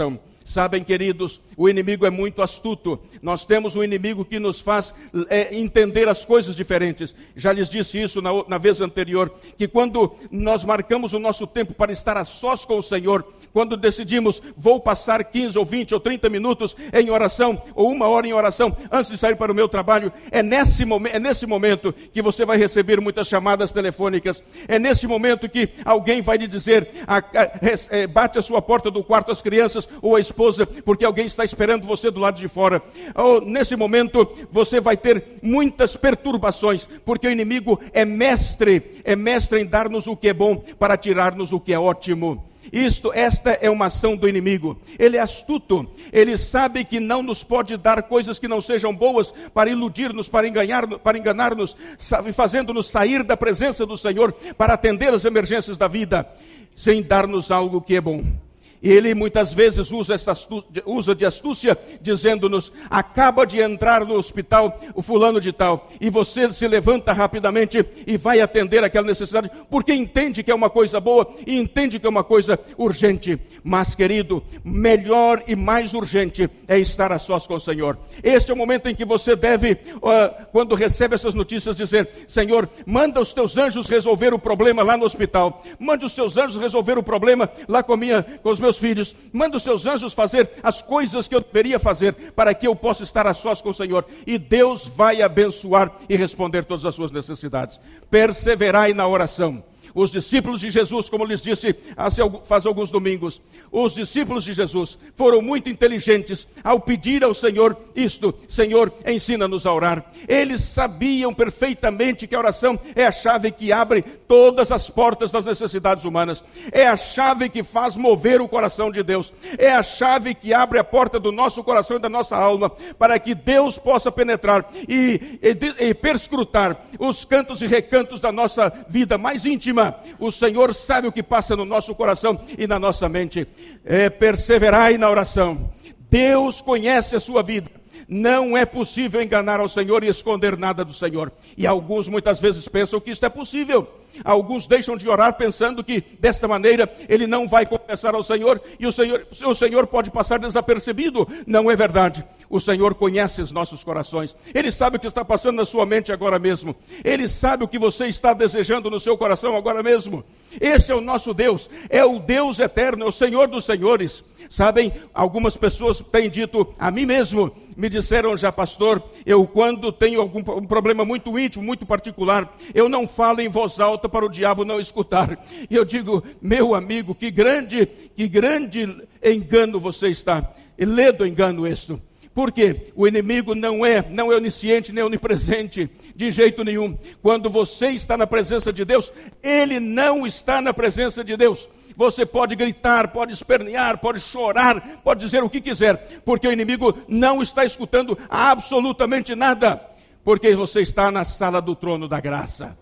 Sabem, queridos, o inimigo é muito astuto. Nós temos um inimigo que nos faz é, entender as coisas diferentes. Já lhes disse isso na, na vez anterior, que quando nós marcamos o nosso tempo para estar a sós com o Senhor, quando decidimos, vou passar quinze ou vinte ou trinta minutos em oração, ou uma hora em oração, antes de sair para o meu trabalho, é nesse, momen- é nesse momento que você vai receber muitas chamadas telefônicas. É nesse momento que alguém vai lhe dizer, a, a, a, bate a sua porta do quarto as crianças ou a esposa, porque alguém está esperando você do lado de fora. Ou, nesse momento, você vai ter muitas perturbações, porque o inimigo é mestre, é mestre em dar-nos o que é bom, para tirar-nos o que é ótimo. Isto, esta é uma ação do inimigo. Ele é astuto, ele sabe que não nos pode dar coisas que não sejam boas, para iludir-nos, para enganar, para enganar-nos, fazendo-nos sair da presença do Senhor, para atender as emergências da vida, sem dar-nos algo que é bom. Ele muitas vezes usa, esta astúcia, usa de astúcia, dizendo-nos, acaba de entrar no hospital o fulano de tal, e você se levanta rapidamente e vai atender aquela necessidade, porque entende que é uma coisa boa e entende que é uma coisa urgente. Mas, querido, melhor e mais urgente é estar a sós com o Senhor. Este é o momento em que você deve, uh, quando recebe essas notícias, dizer, Senhor, manda os teus anjos resolver o problema lá no hospital, manda os teus anjos resolver o problema lá com, minha, com os meus filhos, manda os seus anjos fazer as coisas que eu deveria fazer, para que eu possa estar a sós com o Senhor, e Deus vai abençoar e responder todas as suas necessidades. Perseverai na oração. Os discípulos de Jesus, como lhes disse faz alguns domingos, os discípulos de Jesus foram muito inteligentes ao pedir ao Senhor isto, Senhor, ensina-nos a orar. Eles sabiam perfeitamente que a oração é a chave que abre todas as portas das necessidades humanas, é a chave que faz mover o coração de Deus, é a chave que abre a porta do nosso coração e da nossa alma, para que Deus possa penetrar e, e, e perscrutar os cantos e recantos da nossa vida mais íntima. O Senhor sabe o que passa no nosso coração e na nossa mente. É, perseverai na oração. Deus conhece a sua vida. Não é possível enganar ao Senhor e esconder nada do Senhor. E alguns muitas vezes pensam que isto é possível. Alguns deixam de orar pensando que desta maneira ele não vai confessar ao Senhor e o Senhor, o Senhor pode passar desapercebido. Não é verdade. O Senhor conhece os nossos corações. Ele sabe o que está passando na sua mente agora mesmo. Ele sabe o que você está desejando no seu coração agora mesmo. Esse é o nosso Deus. É o Deus eterno, é o Senhor dos senhores. Sabem, algumas pessoas têm dito a mim mesmo, me disseram já, pastor, eu quando tenho algum um problema muito íntimo, muito particular, eu não falo em voz alta para o diabo não escutar. E eu digo, meu amigo, que grande, que grande engano você está. E ledo engano este. Porque o inimigo não é, não é onisciente nem onipresente, de jeito nenhum. Quando você está na presença de Deus, ele não está na presença de Deus. Você pode gritar, pode espernear, pode chorar, pode dizer o que quiser, porque o inimigo não está escutando absolutamente nada, porque você está na sala do trono da graça.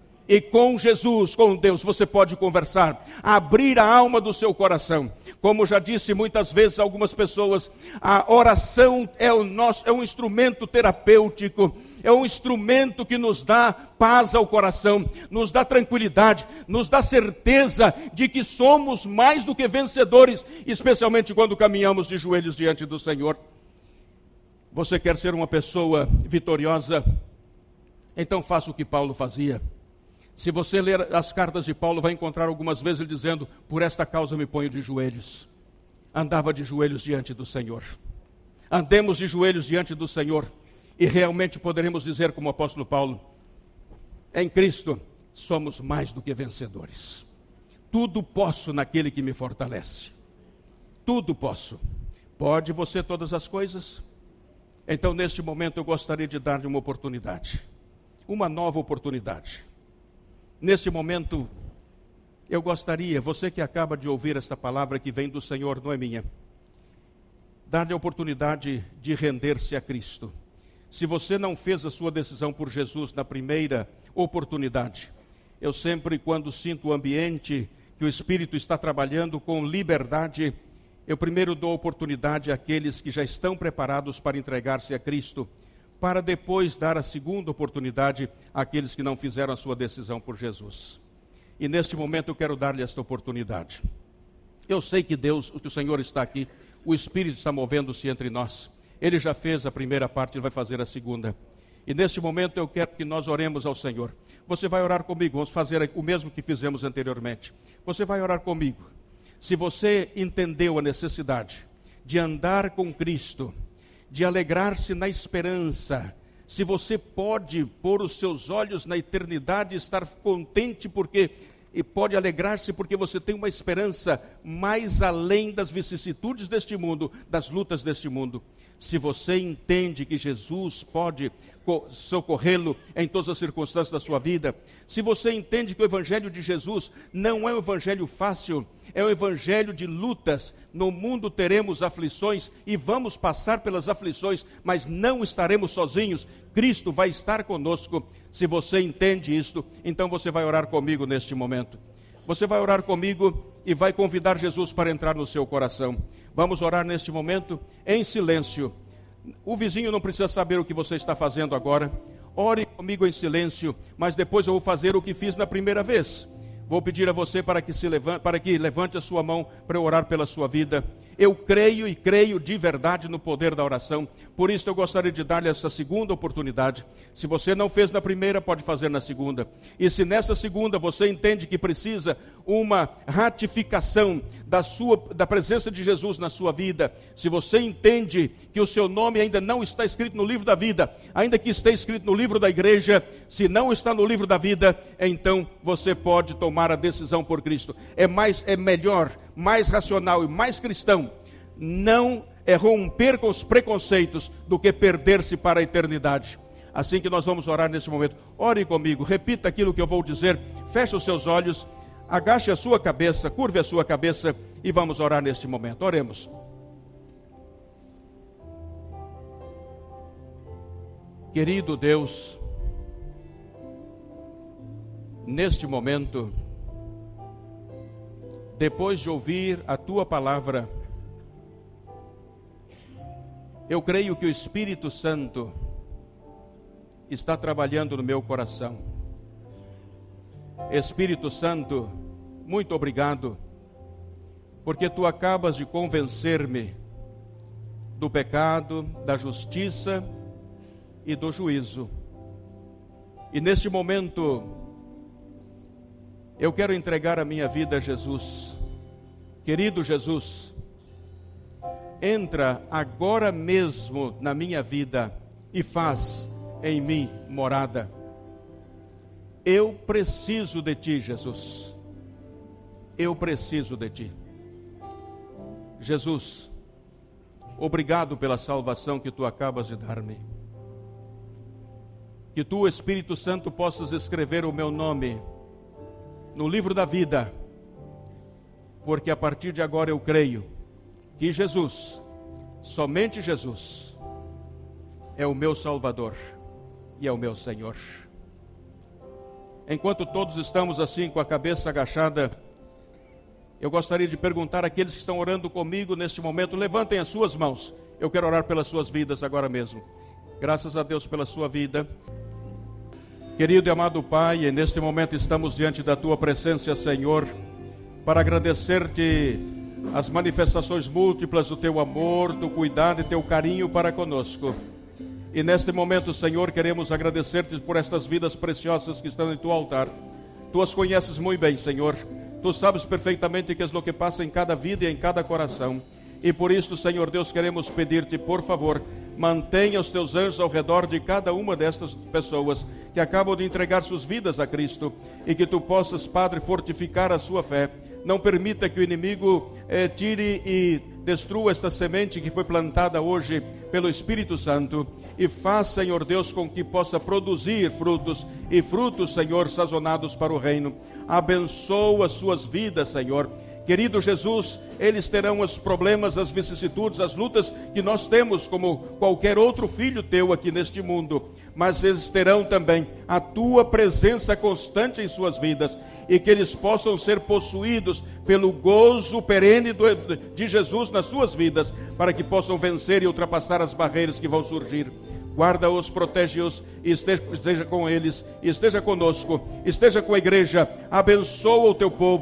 E com Jesus, com Deus, você pode conversar, abrir a alma do seu coração. Como já disse muitas vezes a algumas pessoas, a oração é, o nosso, é um instrumento terapêutico, é um instrumento que nos dá paz ao coração, nos dá tranquilidade, nos dá certeza de que somos mais do que vencedores, especialmente quando caminhamos de joelhos diante do Senhor. Você quer ser uma pessoa vitoriosa? Então faça o que Paulo fazia. Se você ler as cartas de Paulo, vai encontrar algumas vezes ele dizendo, por esta causa me ponho de joelhos. Andava de joelhos diante do Senhor. Andemos de joelhos diante do Senhor. E realmente poderemos dizer, como o apóstolo Paulo, em Cristo somos mais do que vencedores. Tudo posso naquele que me fortalece. Tudo posso. Pode você todas as coisas? Então, neste momento, eu gostaria de dar-lhe uma oportunidade. Uma nova oportunidade. Neste momento, eu gostaria, você que acaba de ouvir esta palavra que vem do Senhor, não é minha, dar-lhe a oportunidade de render-se a Cristo. Se você não fez a sua decisão por Jesus na primeira oportunidade, eu sempre, quando sinto o ambiente que o Espírito está trabalhando com liberdade, eu primeiro dou oportunidade àqueles que já estão preparados para entregar-se a Cristo, para depois dar a segunda oportunidade àqueles que não fizeram a sua decisão por Jesus. E neste momento eu quero dar-lhe esta oportunidade. Eu sei que Deus, que o Senhor está aqui, o Espírito está movendo-se entre nós. Ele já fez a primeira parte, Ele vai fazer a segunda. E neste momento eu quero que nós oremos ao Senhor. Você vai orar comigo, vamos fazer o mesmo que fizemos anteriormente. Você vai orar comigo. Se você entendeu a necessidade de andar com Cristo, de alegrar-se na esperança, se você pode pôr os seus olhos na eternidade e estar contente porque... e pode alegrar-se porque você tem uma esperança mais além das vicissitudes deste mundo, das lutas deste mundo. Se você entende que Jesus pode socorrê-lo em todas as circunstâncias da sua vida, se você entende que o Evangelho de Jesus não é um Evangelho fácil, é um Evangelho de lutas, no mundo teremos aflições e vamos passar pelas aflições, mas não estaremos sozinhos, Cristo vai estar conosco. Se você entende isto, então você vai orar comigo neste momento. Você vai orar comigo e vai convidar Jesus para entrar no seu coração. Vamos orar neste momento em silêncio. O vizinho não precisa saber o que você está fazendo agora. Ore comigo em silêncio, mas depois eu vou fazer o que fiz na primeira vez. Vou pedir a você para que, se levante, para que levante a sua mão para eu orar pela sua vida. Eu creio e creio de verdade no poder da oração. Por isso eu gostaria de dar-lhe essa segunda oportunidade. Se você não fez na primeira, pode fazer na segunda. E se nessa segunda você entende que precisa uma ratificação da, sua, da presença de Jesus na sua vida, se você entende que o seu nome ainda não está escrito no livro da vida, ainda que esteja escrito no livro da igreja, se não está no livro da vida, então você pode tomar a decisão por Cristo. É mais, é melhor, mais racional e mais cristão não é romper com os preconceitos do que perder-se para a eternidade. Assim que nós vamos orar nesse momento, ore comigo, repita aquilo que eu vou dizer, feche os seus olhos, agache a sua cabeça, curve a sua cabeça e vamos orar neste momento. Oremos. Querido Deus, neste momento, depois de ouvir a Tua palavra, eu creio que o Espírito Santo está trabalhando no meu coração. Espírito Santo, muito obrigado, porque Tu acabas de convencer-me do pecado, da justiça e do juízo. E neste momento, eu quero entregar a minha vida a Jesus. Querido Jesus, entra agora mesmo na minha vida e faz em mim morada. Eu preciso de Ti, Jesus. Eu preciso de Ti. Jesus, obrigado pela salvação que Tu acabas de dar-me. Que Tu, Espírito Santo, possas escrever o meu nome no livro da vida, porque a partir de agora eu creio que Jesus, somente Jesus, é o meu Salvador e é o meu Senhor. Enquanto todos estamos assim com a cabeça agachada, eu gostaria de perguntar àqueles que estão orando comigo neste momento, levantem as suas mãos. Eu quero orar pelas suas vidas agora mesmo. Graças a Deus pela sua vida. Querido e amado Pai, e neste momento estamos diante da Tua presença, Senhor, para agradecer-Te as manifestações múltiplas do Teu amor, do cuidado e Teu carinho para conosco. E neste momento, Senhor, queremos agradecer-Te por estas vidas preciosas que estão em Teu altar. Tu as conheces muito bem, Senhor. Tu sabes perfeitamente o que é o que passa em cada vida e em cada coração. E por isso, Senhor Deus, queremos pedir-Te, por favor, mantenha os Teus anjos ao redor de cada uma destas pessoas que acabam de entregar suas vidas a Cristo, e que Tu possas, Padre, fortificar a sua fé. Não permita que o inimigo eh, tire e destrua esta semente que foi plantada hoje pelo Espírito Santo, e faz, Senhor Deus, com que possa produzir frutos, e frutos, Senhor, sazonados para o reino. Abençoa as suas vidas, Senhor. Querido Jesus, eles terão os problemas, as vicissitudes, as lutas que nós temos como qualquer outro filho Teu aqui neste mundo, mas eles terão também a Tua presença constante em suas vidas, e que eles possam ser possuídos pelo gozo perene do, de Jesus nas suas vidas, para que possam vencer e ultrapassar as barreiras que vão surgir. Guarda-os, protege-os, e esteja, esteja com eles, e esteja conosco, esteja com a igreja, abençoa o Teu povo,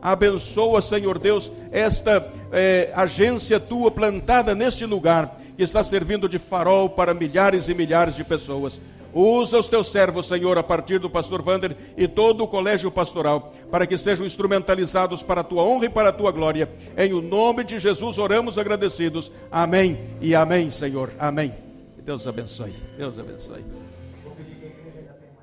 Abençoa, Senhor Deus, esta é, agência tua plantada neste lugar, que está servindo de farol para milhares e milhares de pessoas. Usa os teus servos, Senhor, a partir do pastor Wander e todo o colégio pastoral, para que sejam instrumentalizados para a tua honra e para a tua glória. Em o nome de Jesus oramos agradecidos. Amém e amém, Senhor. Amém. Deus abençoe. Deus abençoe.